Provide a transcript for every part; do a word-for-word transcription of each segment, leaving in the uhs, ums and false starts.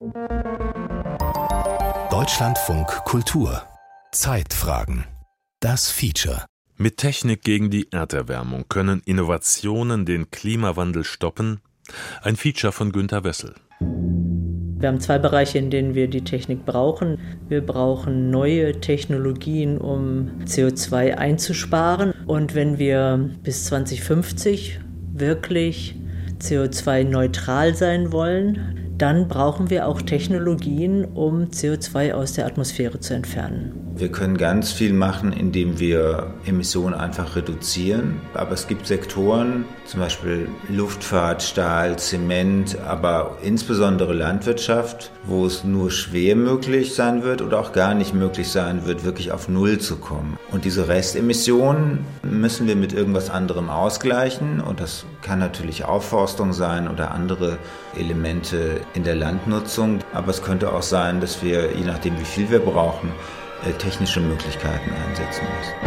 Deutschlandfunk Kultur. Zeitfragen. Das Feature. Mit Technik gegen die Erderwärmung können Innovationen den Klimawandel stoppen? Ein Feature von Günter Wessel. Wir haben zwei Bereiche, in denen wir die Technik brauchen. Wir brauchen neue Technologien, um C O zwei einzusparen. Und wenn wir bis zwanzig fünfzig wirklich C O zwei neutral sein wollen, dann brauchen wir auch Technologien, um C O zwei aus der Atmosphäre zu entfernen. Wir können ganz viel machen, indem wir Emissionen einfach reduzieren. Aber es gibt Sektoren, zum Beispiel Luftfahrt, Stahl, Zement, aber insbesondere Landwirtschaft, wo es nur schwer möglich sein wird oder auch gar nicht möglich sein wird, wirklich auf Null zu kommen. Und diese Restemissionen müssen wir mit irgendwas anderem ausgleichen. Und das kann natürlich Aufforstung sein oder andere Elemente in der Landnutzung. Aber es könnte auch sein, dass wir, je nachdem wie viel wir brauchen, technische Möglichkeiten einsetzen müssen.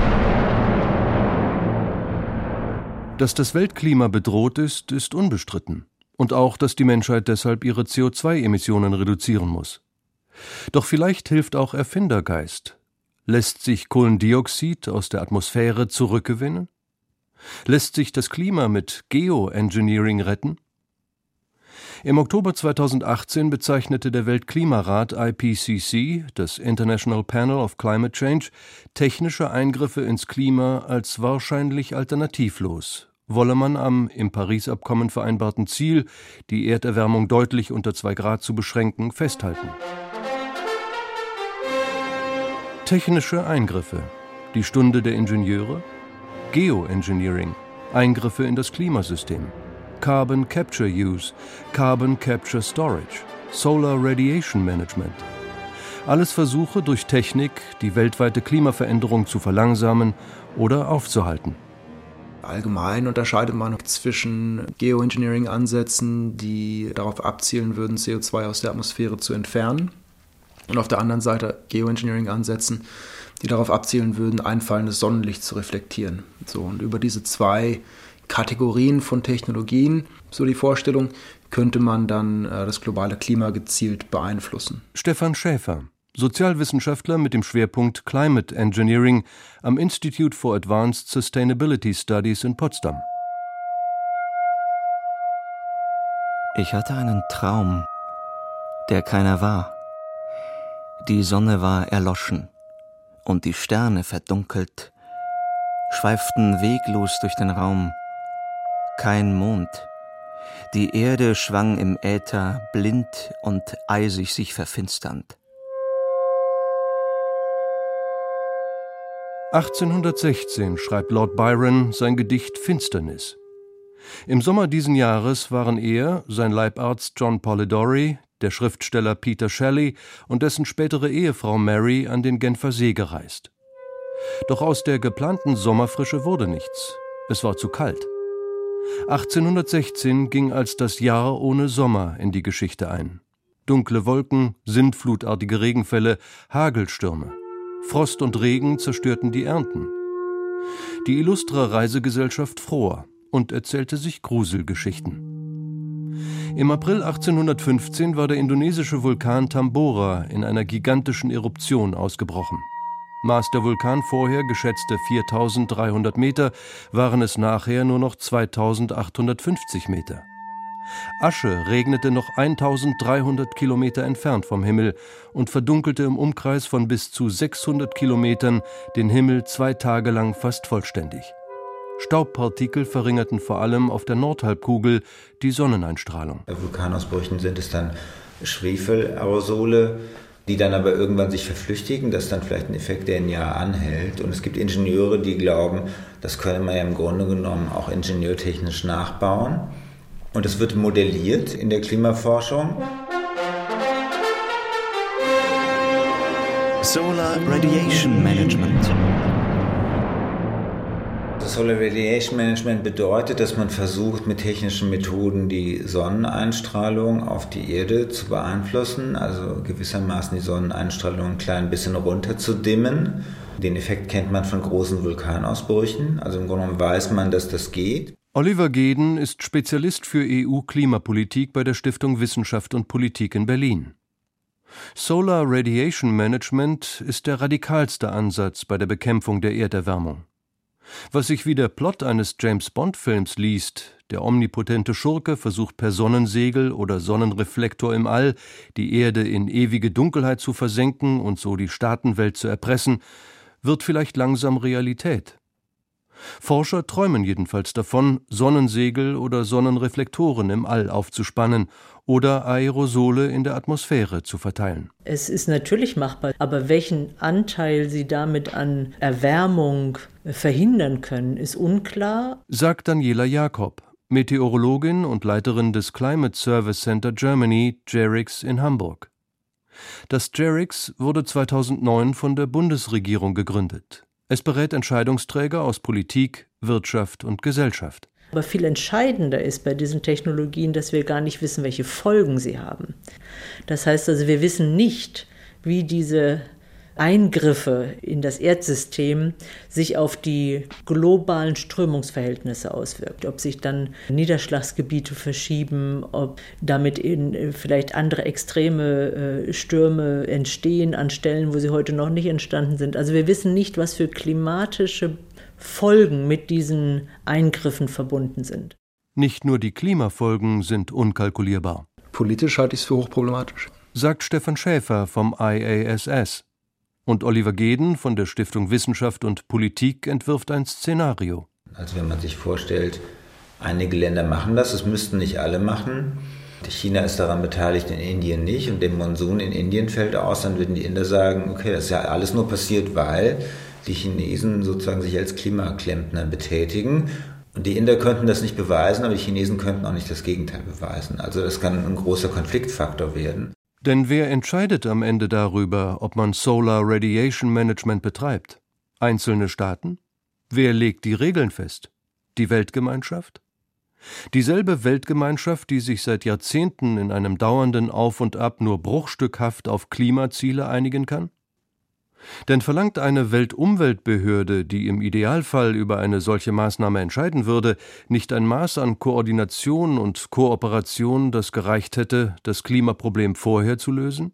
Dass das Weltklima bedroht ist, ist unbestritten. Und auch, dass die Menschheit deshalb ihre C O zwei Emissionen reduzieren muss. Doch vielleicht hilft auch Erfindergeist. Lässt sich Kohlendioxid aus der Atmosphäre zurückgewinnen? Lässt sich das Klima mit Geoengineering retten? Im Oktober zweitausendachtzehn bezeichnete der Weltklimarat I P C C, das International Panel of Climate Change, technische Eingriffe ins Klima als wahrscheinlich alternativlos, wolle man am im Paris-Abkommen vereinbarten Ziel, die Erderwärmung deutlich unter zwei Grad zu beschränken, festhalten. Technische Eingriffe, die Stunde der Ingenieure, Geoengineering, Eingriffe in das Klimasystem, Carbon Capture Use, Carbon Capture Storage, Solar Radiation Management. Alles Versuche, durch Technik die weltweite Klimaveränderung zu verlangsamen oder aufzuhalten. Allgemein unterscheidet man zwischen Geoengineering-Ansätzen, die darauf abzielen würden, C O zwei aus der Atmosphäre zu entfernen, und auf der anderen Seite Geoengineering-Ansätzen, die darauf abzielen würden, einfallendes Sonnenlicht zu reflektieren. So, und über diese zwei Kategorien von Technologien, so die Vorstellung, könnte man dann äh, das globale Klima gezielt beeinflussen. Stefan Schäfer, Sozialwissenschaftler mit dem Schwerpunkt Climate Engineering am Institute for Advanced Sustainability Studies in Potsdam. Ich hatte einen Traum, der keiner war. Die Sonne war erloschen und die Sterne verdunkelt, schweiften weglos durch den Raum. Kein Mond. Die Erde schwang im Äther, blind und eisig sich verfinsternd. achtzehnhundertsechzehn schreibt Lord Byron sein Gedicht Finsternis. Im Sommer diesen Jahres waren er, sein Leibarzt John Polidori, der Schriftsteller Peter Shelley und dessen spätere Ehefrau Mary an den Genfer See gereist. Doch aus der geplanten Sommerfrische wurde nichts. Es war zu kalt. achtzehnhundertsechzehn ging als das Jahr ohne Sommer in die Geschichte ein. Dunkle Wolken, sintflutartige Regenfälle, Hagelstürme. Frost und Regen zerstörten die Ernten. Die illustre Reisegesellschaft fror und erzählte sich Gruselgeschichten. Im April achtzehnhundertfünfzehn war der indonesische Vulkan Tambora in einer gigantischen Eruption ausgebrochen. Maß der Vulkan vorher geschätzte viertausenddreihundert Meter, waren es nachher nur noch zweitausendachthundertfünfzig Meter. Asche regnete noch eintausenddreihundert Kilometer entfernt vom Himmel und verdunkelte im Umkreis von bis zu sechshundert Kilometern den Himmel zwei Tage lang fast vollständig. Staubpartikel verringerten vor allem auf der Nordhalbkugel die Sonneneinstrahlung. Bei Vulkanausbrüchen sind es dann Schwefelaerosole, die dann aber irgendwann sich verflüchtigen. Das ist dann vielleicht ein Effekt, der ein Jahr anhält. Und es gibt Ingenieure, die glauben, das könne man ja im Grunde genommen auch ingenieurtechnisch nachbauen. Und es wird modelliert in der Klimaforschung. Solar Radiation Management. Solar Radiation Management bedeutet, dass man versucht, mit technischen Methoden die Sonneneinstrahlung auf die Erde zu beeinflussen, also gewissermaßen die Sonneneinstrahlung ein klein bisschen runter zu dimmen. Den Effekt kennt man von großen Vulkanausbrüchen, also im Grunde genommen weiß man, dass das geht. Oliver Geden ist Spezialist für E U-Klimapolitik bei der Stiftung Wissenschaft und Politik in Berlin. Solar Radiation Management ist der radikalste Ansatz bei der Bekämpfung der Erderwärmung. Was sich wie der Plot eines James-Bond-Films liest, der omnipotente Schurke versucht per Sonnensegel oder Sonnenreflektor im All die Erde in ewige Dunkelheit zu versenken und so die Staatenwelt zu erpressen, wird vielleicht langsam Realität. Forscher träumen jedenfalls davon, Sonnensegel oder Sonnenreflektoren im All aufzuspannen oder Aerosole in der Atmosphäre zu verteilen. Es ist natürlich machbar, aber welchen Anteil sie damit an Erwärmung verhindern können, ist unklar, sagt Daniela Jakob, Meteorologin und Leiterin des Climate Service Center Germany, GERIX in Hamburg. Das GERIX wurde zweitausendneun von der Bundesregierung gegründet. Es berät Entscheidungsträger aus Politik, Wirtschaft und Gesellschaft. Aber viel entscheidender ist bei diesen Technologien, dass wir gar nicht wissen, welche Folgen sie haben. Das heißt also, wir wissen nicht, wie diese Eingriffe in das Erdsystem sich auf die globalen Strömungsverhältnisse auswirkt. Ob sich dann Niederschlagsgebiete verschieben, ob damit in vielleicht andere extreme Stürme entstehen an Stellen, wo sie heute noch nicht entstanden sind. Also wir wissen nicht, was für klimatische Folgen mit diesen Eingriffen verbunden sind. Nicht nur die Klimafolgen sind unkalkulierbar. Politisch halte ich es für hochproblematisch, sagt Stefan Schäfer vom I A S S. Und Oliver Geden von der Stiftung Wissenschaft und Politik entwirft ein Szenario. Also wenn man sich vorstellt, einige Länder machen das, es müssten nicht alle machen. China ist daran beteiligt, in Indien nicht, und der Monsun in Indien fällt aus, dann würden die Inder sagen, okay, das ist ja alles nur passiert, weil die Chinesen sozusagen sich als Klimaklempner betätigen. Und die Inder könnten das nicht beweisen, aber die Chinesen könnten auch nicht das Gegenteil beweisen. Also das kann ein großer Konfliktfaktor werden. Denn wer entscheidet am Ende darüber, ob man Solar Radiation Management betreibt? Einzelne Staaten? Wer legt die Regeln fest? Die Weltgemeinschaft? Dieselbe Weltgemeinschaft, die sich seit Jahrzehnten in einem dauernden Auf und Ab nur bruchstückhaft auf Klimaziele einigen kann? Denn verlangt eine Weltumweltbehörde, die im Idealfall über eine solche Maßnahme entscheiden würde, nicht ein Maß an Koordination und Kooperation, das gereicht hätte, das Klimaproblem vorher zu lösen?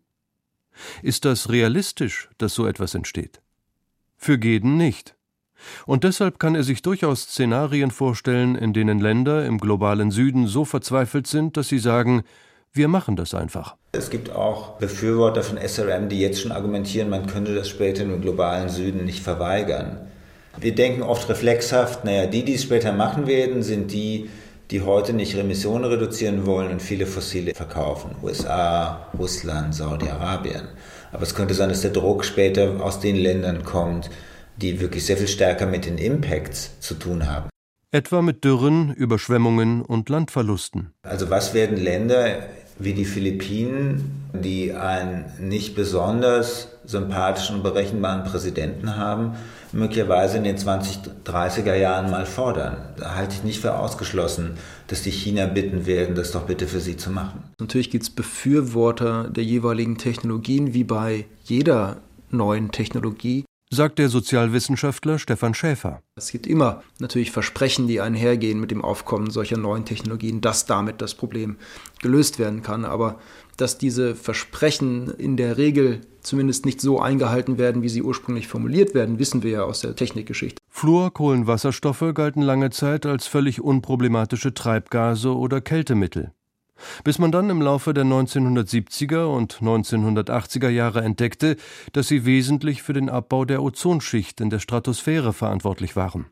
Ist das realistisch, dass so etwas entsteht? Für Geden nicht. Und deshalb kann er sich durchaus Szenarien vorstellen, in denen Länder im globalen Süden so verzweifelt sind, dass sie sagen, wir machen das einfach. Es gibt auch Befürworter von S R M, die jetzt schon argumentieren, man könnte das später im globalen Süden nicht verweigern. Wir denken oft reflexhaft, naja, die, die es später machen werden, sind die, die heute nicht Emissionen reduzieren wollen und viele Fossile verkaufen. U S A, Russland, Saudi-Arabien. Aber es könnte sein, dass der Druck später aus den Ländern kommt, die wirklich sehr viel stärker mit den Impacts zu tun haben. Etwa mit Dürren, Überschwemmungen und Landverlusten. Also was werden Länder wie die Philippinen, die einen nicht besonders sympathischen und berechenbaren Präsidenten haben, möglicherweise in den zwanzig dreißiger Jahren mal fordern? Da halte ich nicht für ausgeschlossen, dass die China bitten werden, das doch bitte für sie zu machen. Natürlich gibt es Befürworter der jeweiligen Technologien, wie bei jeder neuen Technologie, sagt der Sozialwissenschaftler Stefan Schäfer. Es gibt immer natürlich Versprechen, die einhergehen mit dem Aufkommen solcher neuen Technologien, dass damit das Problem gelöst werden kann. Aber dass diese Versprechen in der Regel zumindest nicht so eingehalten werden, wie sie ursprünglich formuliert werden, wissen wir ja aus der Technikgeschichte. Fluorkohlenwasserstoffe galten lange Zeit als völlig unproblematische Treibgase oder Kältemittel. Bis man dann im Laufe der neunzehnhundertsiebziger und neunzehnhundertachtziger Jahre entdeckte, dass sie wesentlich für den Abbau der Ozonschicht in der Stratosphäre verantwortlich waren.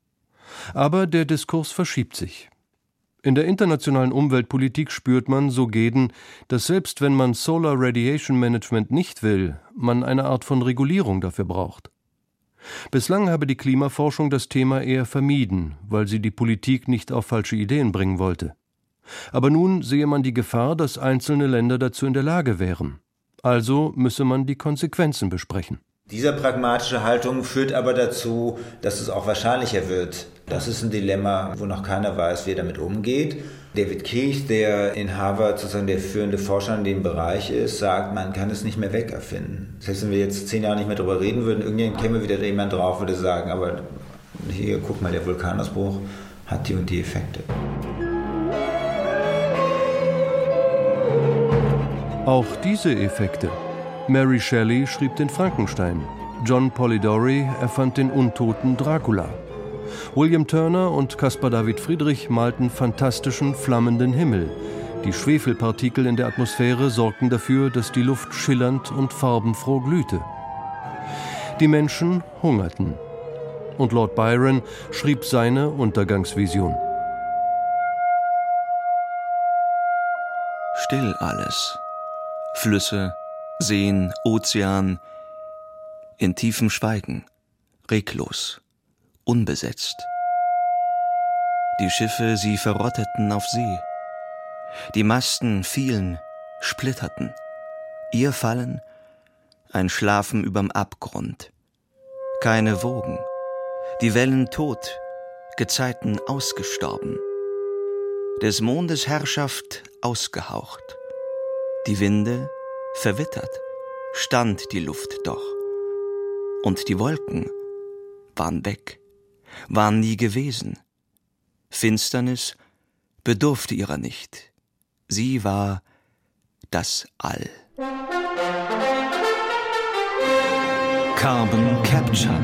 Aber der Diskurs verschiebt sich. In der internationalen Umweltpolitik spürt man, so Geden, dass selbst wenn man Solar Radiation Management nicht will, man eine Art von Regulierung dafür braucht. Bislang habe die Klimaforschung das Thema eher vermieden, weil sie die Politik nicht auf falsche Ideen bringen wollte. Aber nun sehe man die Gefahr, dass einzelne Länder dazu in der Lage wären. Also müsse man die Konsequenzen besprechen. Diese pragmatische Haltung führt aber dazu, dass es auch wahrscheinlicher wird. Das ist ein Dilemma, wo noch keiner weiß, wie er damit umgeht. David Keith, der in Harvard sozusagen der führende Forscher in dem Bereich ist, sagt, man kann es nicht mehr wegerfinden. Selbst wenn wir jetzt zehn Jahre nicht mehr darüber reden würden, irgendjemand käme wieder jemand drauf, würde sagen, aber hier, guck mal, der Vulkanausbruch hat die und die Effekte. Auch diese Effekte. Mary Shelley schrieb den Frankenstein. John Polidori erfand den untoten Dracula. William Turner und Caspar David Friedrich malten fantastischen, flammenden Himmel. Die Schwefelpartikel in der Atmosphäre sorgten dafür, dass die Luft schillernd und farbenfroh glühte. Die Menschen hungerten. Und Lord Byron schrieb seine Untergangsvision. Still alles. Flüsse, Seen, Ozean, in tiefem Schweigen, reglos, unbesetzt. Die Schiffe, sie verrotteten auf See. Die Masten fielen, splitterten. Ihr Fallen, ein Schlafen überm Abgrund. Keine Wogen, die Wellen tot, Gezeiten ausgestorben. Des Mondes Herrschaft ausgehaucht. Die Winde verwittert, stand die Luft doch. Und die Wolken waren weg, waren nie gewesen. Finsternis bedurfte ihrer nicht. Sie war das All. Carbon Capture.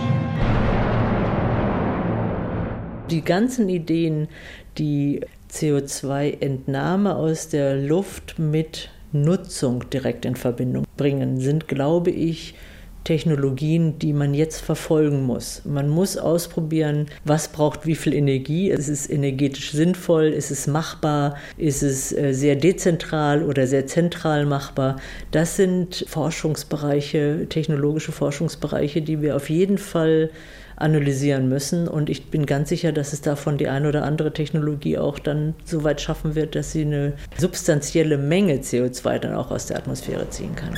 Die ganzen Ideen, die C O zwei Entnahme aus der Luft mit Nutzung direkt in Verbindung bringen, sind, glaube ich, Technologien, die man jetzt verfolgen muss. Man muss ausprobieren, was braucht wie viel Energie. Ist es energetisch sinnvoll? Ist es machbar? Ist es sehr dezentral oder sehr zentral machbar? Das sind Forschungsbereiche, technologische Forschungsbereiche, die wir auf jeden Fall analysieren müssen. Und ich bin ganz sicher, dass es davon die eine oder andere Technologie auch dann so weit schaffen wird, dass sie eine substanzielle Menge C O zwei dann auch aus der Atmosphäre ziehen kann.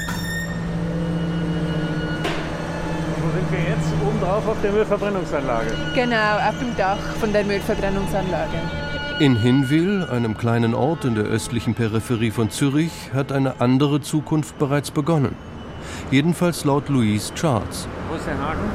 Sind wir jetzt oben drauf auf der Müllverbrennungsanlage? Genau, auf dem Dach von der Müllverbrennungsanlage. In Hinwil, einem kleinen Ort in der östlichen Peripherie von Zürich, hat eine andere Zukunft bereits begonnen. Jedenfalls laut Louise Charles. Wo ist der Haken?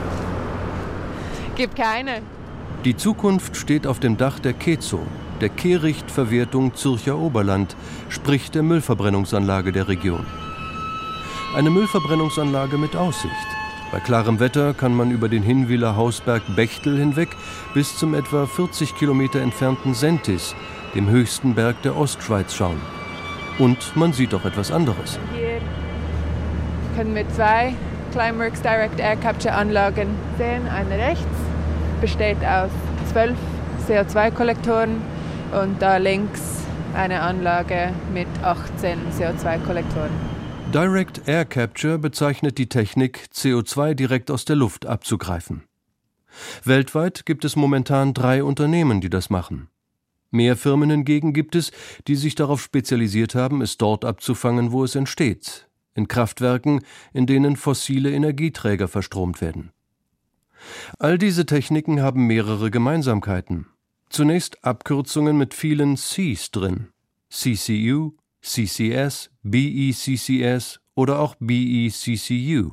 Gibt keine. Die Zukunft steht auf dem Dach der Kezo, der Kehrichtverwertung Zürcher Oberland, sprich der Müllverbrennungsanlage der Region. Eine Müllverbrennungsanlage mit Aussicht. Bei klarem Wetter kann man über den Hinwiler Hausberg Bechtel hinweg bis zum etwa vierzig Kilometer entfernten Sentis, dem höchsten Berg der Ostschweiz, schauen. Und man sieht auch etwas anderes. Hier können wir zwei Climeworks Direct Air Capture Anlagen sehen. Eine rechts besteht aus zwölf C O zwei Kollektoren und da links eine Anlage mit achtzehn C O zwei Kollektoren. Direct Air Capture bezeichnet die Technik, C O zwei direkt aus der Luft abzugreifen. Weltweit gibt es momentan drei Unternehmen, die das machen. Mehr Firmen hingegen gibt es, die sich darauf spezialisiert haben, es dort abzufangen, wo es entsteht, in Kraftwerken, in denen fossile Energieträger verstromt werden. All diese Techniken haben mehrere Gemeinsamkeiten. Zunächst Abkürzungen mit vielen Cs drin. C C U, C C S, B E C C S oder auch B E C C U.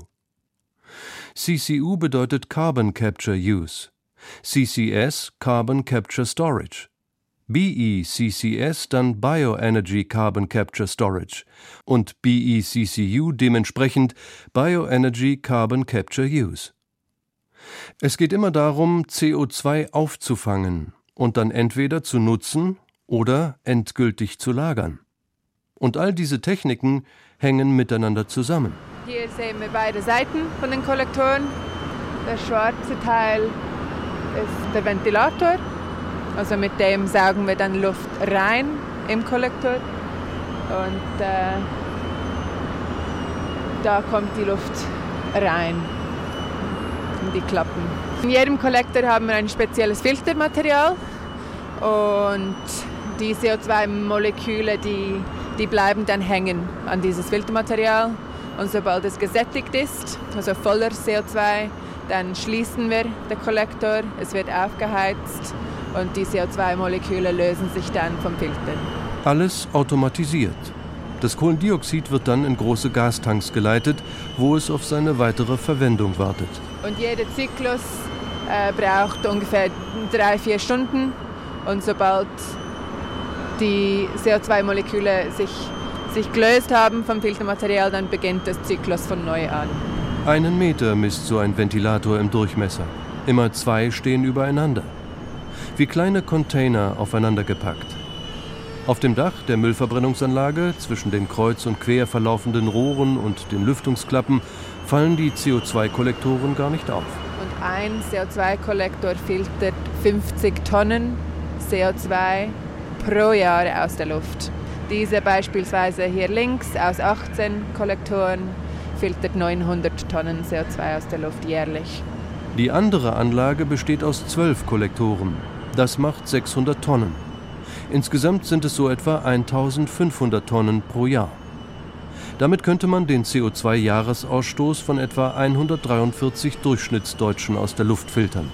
C C U bedeutet Carbon Capture Use, C C S Carbon Capture Storage, B E C C S dann Bioenergy Carbon Capture Storage und B E C C U dementsprechend Bioenergy Carbon Capture Use. Es geht immer darum, C O zwei aufzufangen und dann entweder zu nutzen oder endgültig zu lagern. Und all diese Techniken hängen miteinander zusammen. Hier sehen wir beide Seiten von den Kollektoren. Der schwarze Teil ist der Ventilator. Also mit dem saugen wir dann Luft rein im Kollektor. Und äh, da kommt die Luft rein in die Klappen. In jedem Kollektor haben wir ein spezielles Filtermaterial. Und die C O zwei Moleküle, die Die bleiben dann hängen an dieses Filtermaterial und sobald es gesättigt ist, also voller C O zwei, dann schließen wir den Kollektor, es wird aufgeheizt und die C O zwei Moleküle lösen sich dann vom Filter. Alles automatisiert. Das Kohlendioxid wird dann in große Gastanks geleitet, wo es auf seine weitere Verwendung wartet. Und jeder Zyklus äh, braucht ungefähr drei, vier Stunden und sobald die C O zwei Moleküle sich sich gelöst haben vom Filtermaterial, dann beginnt das Zyklus von neu an. Einen Meter misst so ein Ventilator im Durchmesser. Immer zwei stehen übereinander. Wie kleine Container aufeinander gepackt. Auf dem Dach der Müllverbrennungsanlage, zwischen den kreuz und quer verlaufenden Rohren und den Lüftungsklappen, fallen die C O zwei Kollektoren gar nicht auf. Und ein C O zwei Kollektor filtert fünfzig Tonnen C O zwei pro Jahr aus der Luft. Diese beispielsweise hier links aus achtzehn Kollektoren filtert neunhundert Tonnen C O zwei aus der Luft jährlich. Die andere Anlage besteht aus zwölf Kollektoren. Das macht sechshundert Tonnen. Insgesamt sind es so etwa eintausendfünfhundert Tonnen pro Jahr. Damit könnte man den C O zwei Jahresausstoß von etwa hundertdreiundvierzig Durchschnittsdeutschen aus der Luft filtern.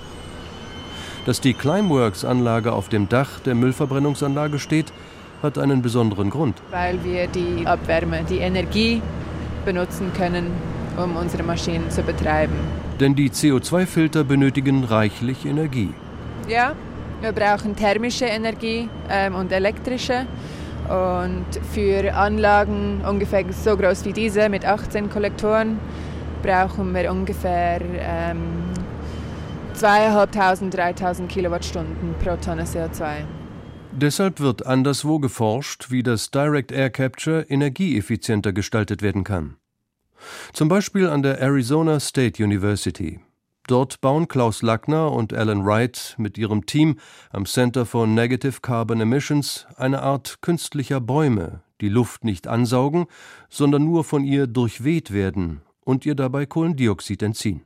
Dass die Climeworks-Anlage auf dem Dach der Müllverbrennungsanlage steht, hat einen besonderen Grund. Weil wir die Abwärme, die Energie benutzen können, um unsere Maschinen zu betreiben. Denn die C O zwei Filter benötigen reichlich Energie. Ja, wir brauchen thermische Energie ähm, und elektrische. Und für Anlagen ungefähr so groß wie diese mit achtzehn Kollektoren brauchen wir ungefähr ähm, zweitausendfünfhundert, dreitausend Kilowattstunden pro Tonne C O zwei. Deshalb wird anderswo geforscht, wie das Direct Air Capture energieeffizienter gestaltet werden kann. Zum Beispiel an der Arizona State University. Dort bauen Klaus Lackner und Alan Wright mit ihrem Team am Center for Negative Carbon Emissions eine Art künstlicher Bäume, die Luft nicht ansaugen, sondern nur von ihr durchweht werden und ihr dabei Kohlendioxid entziehen.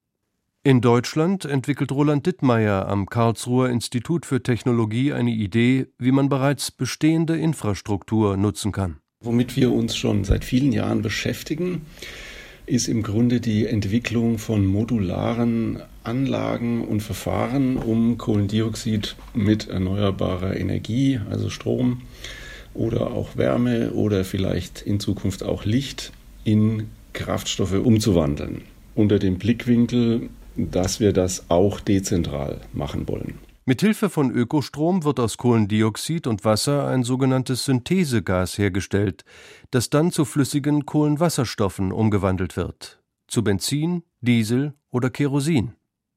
In Deutschland entwickelt Roland Dittmeier am Karlsruher Institut für Technologie eine Idee, wie man bereits bestehende Infrastruktur nutzen kann. Womit wir uns schon seit vielen Jahren beschäftigen, ist im Grunde die Entwicklung von modularen Anlagen und Verfahren, um Kohlendioxid mit erneuerbarer Energie, also Strom oder auch Wärme oder vielleicht in Zukunft auch Licht, in Kraftstoffe umzuwandeln. Unter dem Blickwinkel, dass wir das auch dezentral machen wollen. Mithilfe von Ökostrom wird aus Kohlendioxid und Wasser ein sogenanntes Synthesegas hergestellt, das dann zu flüssigen Kohlenwasserstoffen umgewandelt wird, zu Benzin, Diesel oder Kerosin.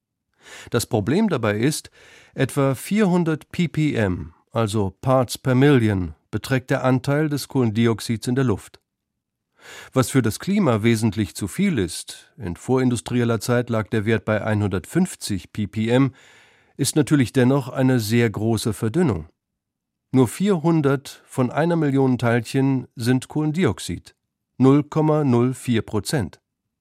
Das Problem dabei ist, etwa vierhundert ppm, also Parts per Million, beträgt der Anteil des Kohlendioxids in der Luft. Was für das Klima wesentlich zu viel ist, in vorindustrieller Zeit lag der Wert bei hundertfünfzig ppm, ist natürlich dennoch eine sehr große Verdünnung. Nur vierhundert von einer Million Teilchen sind Kohlendioxid, null Komma null vier Prozent.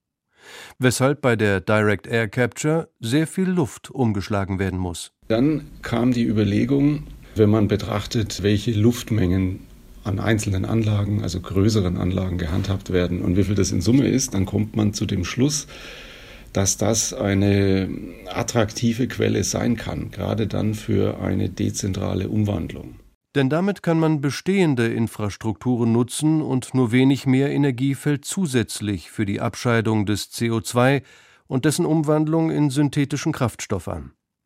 Weshalb bei der Direct Air Capture sehr viel Luft umgeschlagen werden muss. Dann kam die Überlegung, wenn man betrachtet, welche Luftmengen an einzelnen Anlagen, also größeren Anlagen, gehandhabt werden und wie viel das in Summe ist, dann kommt man zu dem Schluss, dass das eine attraktive Quelle sein kann, gerade dann für eine dezentrale Umwandlung. Denn damit kann man bestehende Infrastrukturen nutzen und nur wenig mehr Energie fällt zusätzlich für die Abscheidung des C O zwei und dessen Umwandlung in synthetischen Kraftstoff an.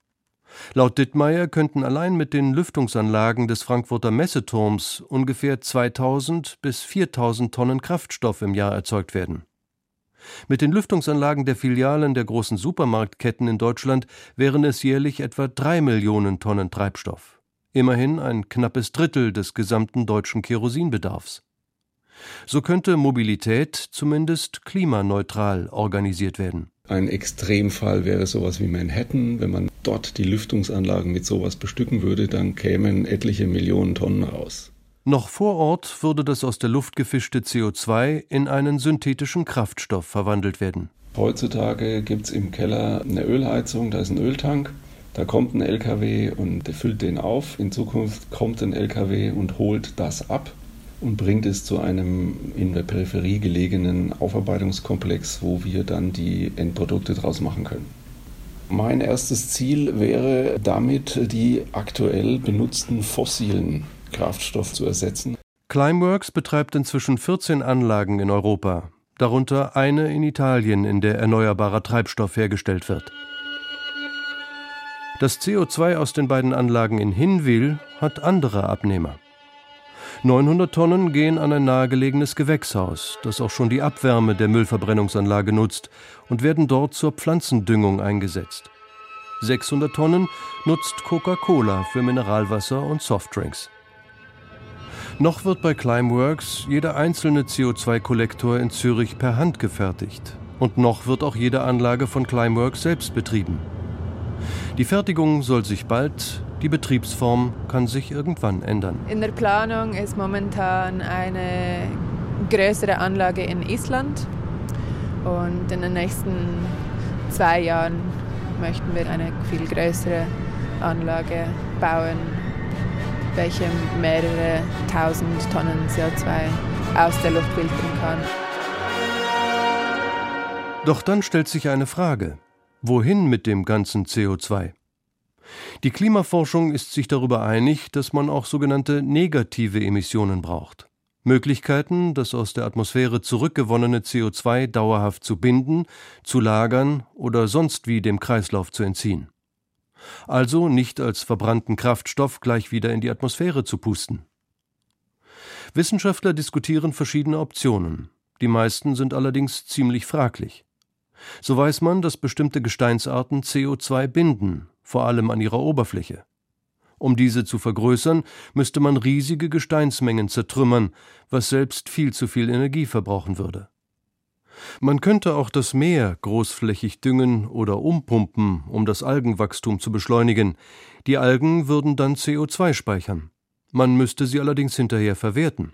Laut Dittmeier könnten allein mit den Lüftungsanlagen des Frankfurter Messeturms ungefähr zweitausend bis viertausend Tonnen Kraftstoff im Jahr erzeugt werden. Mit den Lüftungsanlagen der Filialen der großen Supermarktketten in Deutschland wären es jährlich etwa drei Millionen Tonnen Treibstoff. Immerhin ein knappes Drittel des gesamten deutschen Kerosinbedarfs. So könnte Mobilität zumindest klimaneutral organisiert werden. Ein Extremfall wäre sowas wie Manhattan. Wenn man dort die Lüftungsanlagen mit sowas bestücken würde, dann kämen etliche Millionen Tonnen raus. Noch vor Ort würde das aus der Luft gefischte C O zwei in einen synthetischen Kraftstoff verwandelt werden. Heutzutage gibt es im Keller eine Ölheizung, da ist ein Öltank. Da kommt ein L K W und der füllt den auf. In Zukunft kommt ein L K W und holt das ab und bringt es zu einem in der Peripherie gelegenen Aufarbeitungskomplex, wo wir dann die Endprodukte draus machen können. Mein erstes Ziel wäre damit, die aktuell benutzten fossilen Kraftstoff zu ersetzen. Climeworks betreibt inzwischen vierzehn Anlagen in Europa, darunter eine in Italien, in der erneuerbarer Treibstoff hergestellt wird. Das C O zwei aus den beiden Anlagen in Hinwil hat andere Abnehmer. neunhundert Tonnen gehen an ein nahegelegenes Gewächshaus, das auch schon die Abwärme der Müllverbrennungsanlage nutzt, und werden dort zur Pflanzendüngung eingesetzt. sechshundert Tonnen nutzt Coca-Cola für Mineralwasser und Softdrinks. Noch wird bei Climeworks jeder einzelne C O zwei Kollektor in Zürich per Hand gefertigt. Und noch wird auch jede Anlage von Climeworks selbst betrieben. Die Fertigung soll sich bald, die Betriebsform kann sich irgendwann ändern. In der Planung ist momentan eine größere Anlage in Island. Und in den nächsten zwei Jahren möchten wir eine viel größere Anlage bauen, welche mehrere tausend Tonnen C O zwei aus der Luft filtern kann. Doch dann stellt sich eine Frage: Wohin mit dem ganzen C O zwei? Die Klimaforschung ist sich darüber einig, dass man auch sogenannte negative Emissionen braucht. Möglichkeiten, das aus der Atmosphäre zurückgewonnene C O zwei dauerhaft zu binden, zu lagern oder sonst wie dem Kreislauf zu entziehen. Also nicht als verbrannten Kraftstoff gleich wieder in die Atmosphäre zu pusten. Wissenschaftler diskutieren verschiedene Optionen. Die meisten sind allerdings ziemlich fraglich. So weiß man, dass bestimmte Gesteinsarten C O zwei binden, vor allem an ihrer Oberfläche. Um diese zu vergrößern, müsste man riesige Gesteinsmengen zertrümmern, was selbst viel zu viel Energie verbrauchen würde. Man könnte auch das Meer großflächig düngen oder umpumpen, um das Algenwachstum zu beschleunigen. Die Algen würden dann C O zwei speichern. Man müsste sie allerdings hinterher verwerten.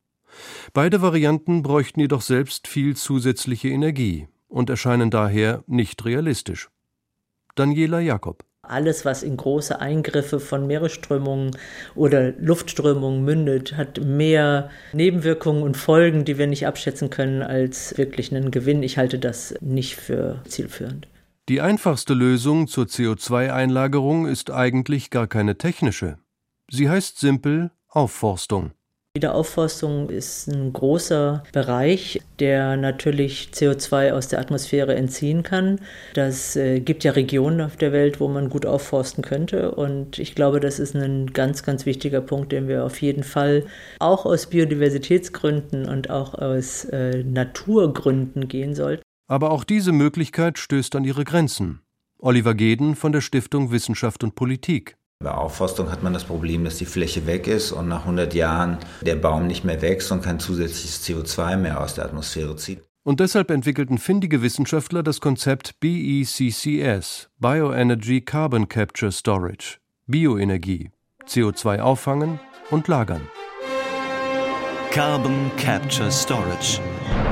Beide Varianten bräuchten jedoch selbst viel zusätzliche Energie und erscheinen daher nicht realistisch. Daniela Jakob. Alles, was in große Eingriffe von Meeresströmungen oder Luftströmungen mündet, hat mehr Nebenwirkungen und Folgen, die wir nicht abschätzen können, als wirklich einen Gewinn. Ich halte das nicht für zielführend. Die einfachste Lösung zur C O zwei Einlagerung ist eigentlich gar keine technische. Sie heißt simpel Aufforstung. Wiederaufforstung ist ein großer Bereich, der natürlich C O zwei aus der Atmosphäre entziehen kann. Das äh, gibt ja Regionen auf der Welt, wo man gut aufforsten könnte. Und ich glaube, das ist ein ganz, ganz wichtiger Punkt, den wir auf jeden Fall auch aus Biodiversitätsgründen und auch aus äh, Naturgründen gehen sollten. Aber auch diese Möglichkeit stößt an ihre Grenzen. Oliver Geden von der Stiftung Wissenschaft und Politik. Bei Aufforstung hat man das Problem, dass die Fläche weg ist und nach hundert Jahren der Baum nicht mehr wächst und kein zusätzliches C O zwei mehr aus der Atmosphäre zieht. Und deshalb entwickelten findige Wissenschaftler das Konzept B E C C S, Bioenergy Carbon Capture Storage, Bioenergie, C O zwei auffangen und lagern. Carbon Capture Storage.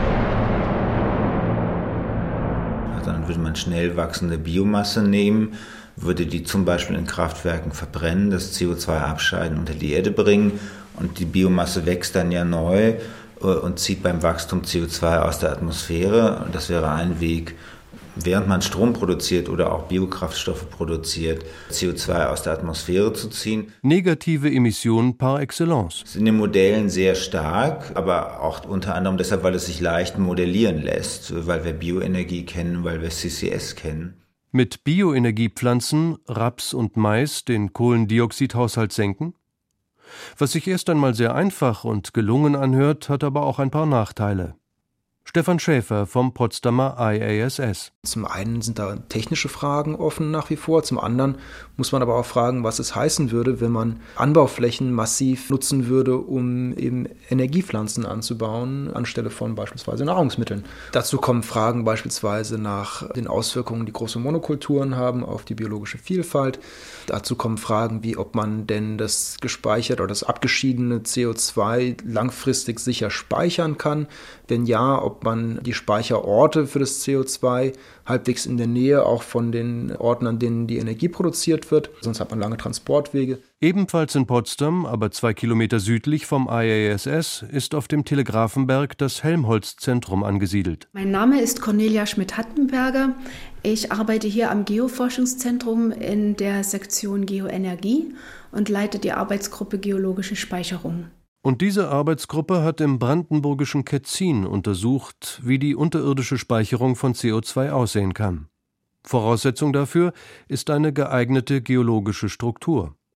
Dann würde man schnell wachsende Biomasse nehmen, würde die zum Beispiel in Kraftwerken verbrennen, das C O zwei abscheiden, unter die Erde bringen und die Biomasse wächst dann ja neu und zieht beim Wachstum C O zwei aus der Atmosphäre. Und das wäre ein Weg, während man Strom produziert oder auch Biokraftstoffe produziert, C O zwei aus der Atmosphäre zu ziehen. Negative Emissionen par excellence. Das ist in den Modellen sehr stark, aber auch unter anderem deshalb, weil es sich leicht modellieren lässt, weil wir Bioenergie kennen, weil wir C C S kennen. Mit Bioenergiepflanzen, Raps und Mais den Kohlendioxidhaushalt senken? Was sich erst einmal sehr einfach und gelungen anhört, hat aber auch ein paar Nachteile. Stefan Schäfer vom Potsdamer I A S S. Zum einen sind da technische Fragen offen nach wie vor, zum anderen muss man aber auch fragen, was es heißen würde, wenn man Anbauflächen massiv nutzen würde, um eben Energiepflanzen anzubauen, anstelle von beispielsweise Nahrungsmitteln. Dazu kommen Fragen beispielsweise nach den Auswirkungen, die große Monokulturen haben auf die biologische Vielfalt. Dazu kommen Fragen wie, ob man denn das gespeicherte oder das abgeschiedene C O zwei langfristig sicher speichern kann. Wenn ja, ob man die Speicherorte für das C O zwei halbwegs in der Nähe auch von den Orten, an denen die Energie produziert wird. Sonst hat man lange Transportwege. Ebenfalls in Potsdam, aber zwei Kilometer südlich vom I A S S, ist auf dem Telegrafenberg das Helmholtz-Zentrum angesiedelt. Mein Name ist Cornelia Schmidt-Hattenberger. Ich arbeite hier am Geoforschungszentrum in der Sektion Geoenergie und leite die Arbeitsgruppe Geologische Speicherung. Und diese Arbeitsgruppe hat im brandenburgischen Ketzin untersucht, wie die unterirdische Speicherung von C O zwei aussehen kann. Voraussetzung dafür ist eine geeignete geologische Struktur.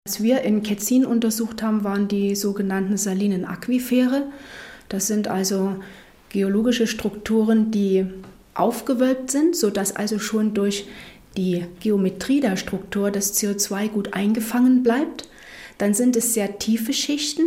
Was wir in Ketzin untersucht haben, waren die sogenannten salinen Aquifere. Das sind also geologische Strukturen, die aufgewölbt sind, sodass also schon durch die Geometrie der Struktur das C O zwei gut eingefangen bleibt. Dann sind es sehr tiefe Schichten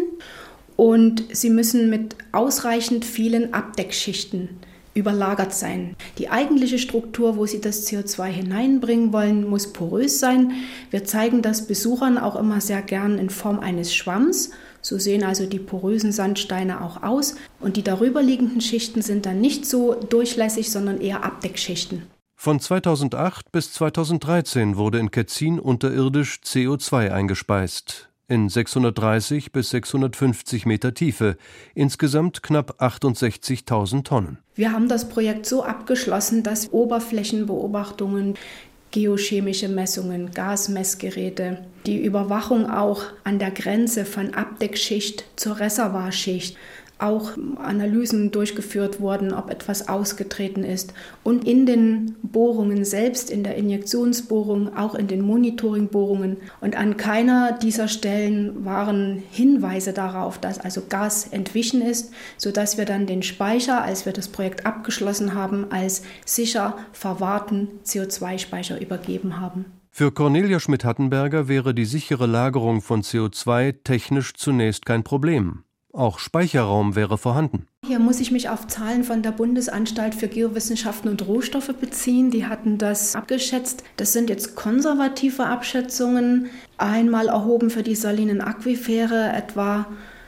und sie müssen mit ausreichend vielen Abdeckschichten überlagert sein. Die eigentliche Struktur, wo Sie das C O zwei hineinbringen wollen, muss porös sein. Wir zeigen das Besuchern auch immer sehr gern in Form eines Schwamms. So sehen also die porösen Sandsteine auch aus. Und die darüberliegenden Schichten sind dann nicht so durchlässig, sondern eher Abdeckschichten. Von zweitausendacht bis zweitausenddreizehn wurde in Ketzin unterirdisch C O zwei eingespeist. In sechshundertdreißig bis sechshundertfünfzig Meter Tiefe, insgesamt knapp achtundsechzigtausend Tonnen. Wir haben das Projekt so abgeschlossen, dass Oberflächenbeobachtungen, geochemische Messungen, Gasmessgeräte, die Überwachung auch an der Grenze von Abdeckschicht zur Reservoirschicht, auch Analysen durchgeführt wurden, ob etwas ausgetreten ist. Und in den Bohrungen selbst, in der Injektionsbohrung, auch in den Monitoringbohrungen. Und an keiner dieser Stellen waren Hinweise darauf, dass also Gas entwichen ist, sodass wir dann den Speicher, als wir das Projekt abgeschlossen haben, als sicher verwahrten C O zwei Speicher übergeben haben. Für Cornelia Schmidt-Hattenberger wäre die sichere Lagerung von C O zwei technisch zunächst kein Problem. Auch Speicherraum wäre vorhanden. Hier muss ich mich auf Zahlen von der Bundesanstalt für Geowissenschaften und Rohstoffe beziehen. Die hatten das abgeschätzt. Das sind jetzt konservative Abschätzungen. Einmal erhoben für die salinen Aquifere etwa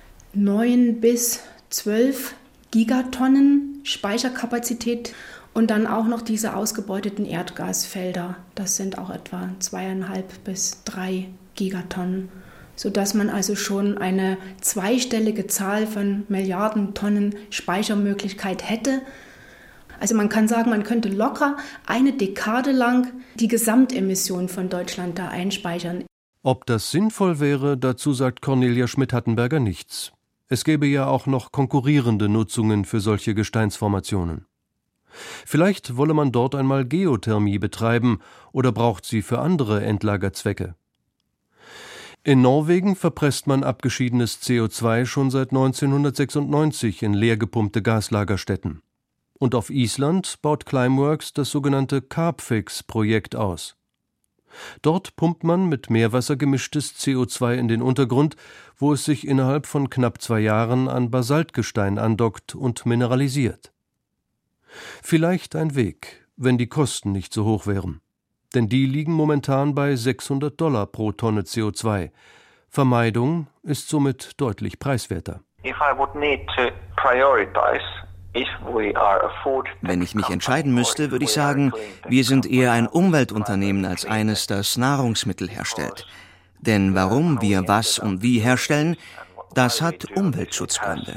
neun bis zwölf Gigatonnen Speicherkapazität. Und dann auch noch diese ausgebeuteten Erdgasfelder. Das sind auch etwa zweieinhalb bis drei Gigatonnen. Sodass man also schon eine zweistellige Zahl von Milliarden Tonnen Speichermöglichkeit hätte. Also man kann sagen, man könnte locker eine Dekade lang die Gesamtemission von Deutschland da einspeichern. Ob das sinnvoll wäre, dazu sagt Cornelia Schmidt-Hattenberger nichts. Es gäbe ja auch noch konkurrierende Nutzungen für solche Gesteinsformationen. Vielleicht wolle man dort einmal Geothermie betreiben oder braucht sie für andere Endlagerzwecke. In Norwegen verpresst man abgeschiedenes C O zwei schon seit neunzehnhundertsechsundneunzig in leergepumpte Gaslagerstätten. Und auf Island baut Climeworks das sogenannte Carbfix-Projekt aus. Dort pumpt man mit Meerwasser gemischtes C O zwei in den Untergrund, wo es sich innerhalb von knapp zwei Jahren an Basaltgestein andockt und mineralisiert. Vielleicht ein Weg, wenn die Kosten nicht so hoch wären. Denn die liegen momentan bei sechshundert Dollar pro Tonne C O zwei. Vermeidung ist somit deutlich preiswerter. Wenn ich mich entscheiden müsste, würde ich sagen, wir sind eher ein Umweltunternehmen als eines, das Nahrungsmittel herstellt. Denn warum wir was und wie herstellen, das hat Umweltschutzgründe.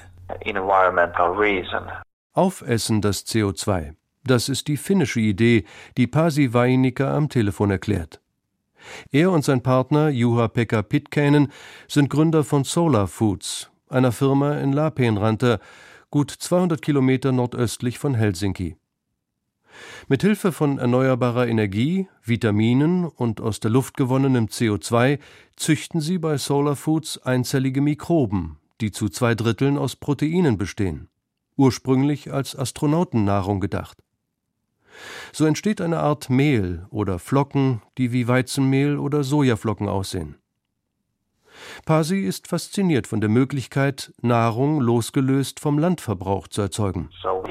Aufessen das C O zwei. Das ist die finnische Idee, die Pasi Vainikka am Telefon erklärt. Er und sein Partner Juha-Pekka Pitkänen sind Gründer von Solar Foods, einer Firma in Lappeenranta, gut zweihundert Kilometer nordöstlich von Helsinki. Mit Hilfe von erneuerbarer Energie, Vitaminen und aus der Luft gewonnenem C O zwei züchten sie bei Solar Foods einzellige Mikroben, die zu zwei Dritteln aus Proteinen bestehen, ursprünglich als Astronautennahrung gedacht. So entsteht eine Art Mehl oder Flocken, die wie Weizenmehl oder Sojaflocken aussehen. Pasi ist fasziniert von der Möglichkeit, Nahrung losgelöst vom Landverbrauch zu erzeugen.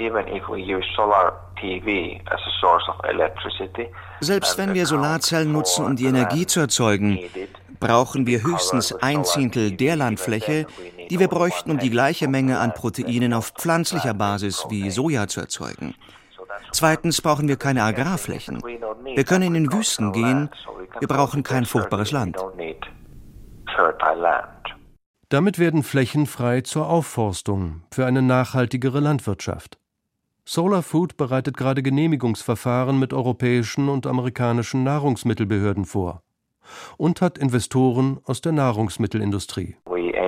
Selbst wenn wir Solarzellen nutzen, um die Energie zu erzeugen, brauchen wir höchstens ein Zehntel der Landfläche, die wir bräuchten, um die gleiche Menge an Proteinen auf pflanzlicher Basis wie Soja zu erzeugen. Zweitens brauchen wir keine Agrarflächen. Wir können in den Wüsten gehen, wir brauchen kein fruchtbares Land. Damit werden Flächen frei zur Aufforstung für eine nachhaltigere Landwirtschaft. Solar Food bereitet gerade Genehmigungsverfahren mit europäischen und amerikanischen Nahrungsmittelbehörden vor und hat Investoren aus der Nahrungsmittelindustrie.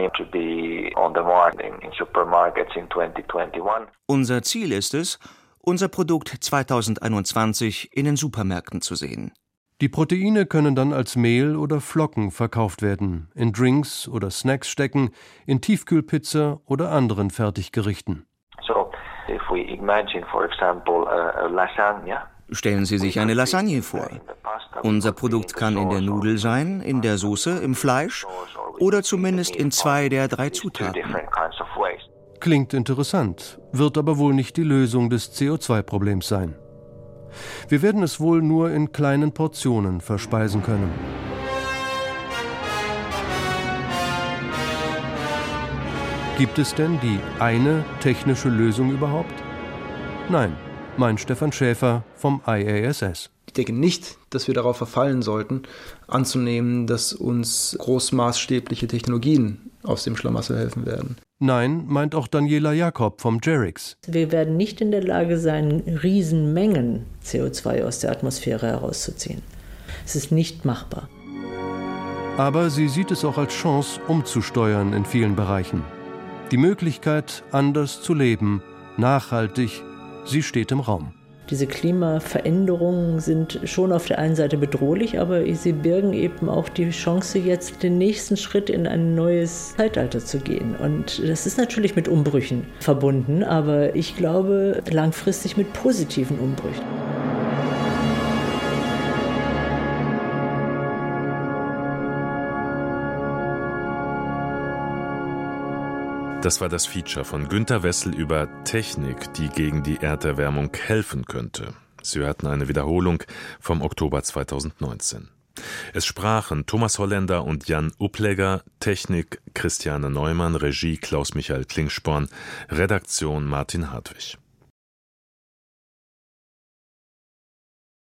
Unser Ziel ist es, unser Produkt zweitausendeinundzwanzig in den Supermärkten zu sehen. Die Proteine können dann als Mehl oder Flocken verkauft werden, in Drinks oder Snacks stecken, in Tiefkühlpizza oder anderen Fertiggerichten. So, if we imagine, for example, a, a lasagna. Stellen Sie sich eine Lasagne vor. Unser Produkt kann in der Nudel sein, in der Soße, im Fleisch oder zumindest in zwei der drei Zutaten. Klingt interessant, wird aber wohl nicht die Lösung des C O zwei Problems sein. Wir werden es wohl nur in kleinen Portionen verspeisen können. Gibt es denn die eine technische Lösung überhaupt? Nein, meint Stefan Schäfer vom I A S S. Ich denke nicht, dass wir darauf verfallen sollten, anzunehmen, dass uns großmaßstäbliche Technologien aus dem Schlamassel helfen werden. Nein, meint auch Daniela Jakob vom Jerix. Wir werden nicht in der Lage sein, Riesenmengen C O zwei aus der Atmosphäre herauszuziehen. Es ist nicht machbar. Aber sie sieht es auch als Chance, umzusteuern in vielen Bereichen. Die Möglichkeit, anders zu leben, nachhaltig, sie steht im Raum. Diese Klimaveränderungen sind schon auf der einen Seite bedrohlich, aber sie birgen eben auch die Chance, jetzt den nächsten Schritt in ein neues Zeitalter zu gehen. Und das ist natürlich mit Umbrüchen verbunden, aber ich glaube langfristig mit positiven Umbrüchen. Das war das Feature von Günter Wessel über Technik, die gegen die Erderwärmung helfen könnte. Sie hörten eine Wiederholung vom Oktober zweitausendneunzehn. Es sprachen Thomas Holländer und Jan Upplegger, Technik Christiane Neumann, Regie Klaus-Michael Klingsporn, Redaktion Martin Hartwig.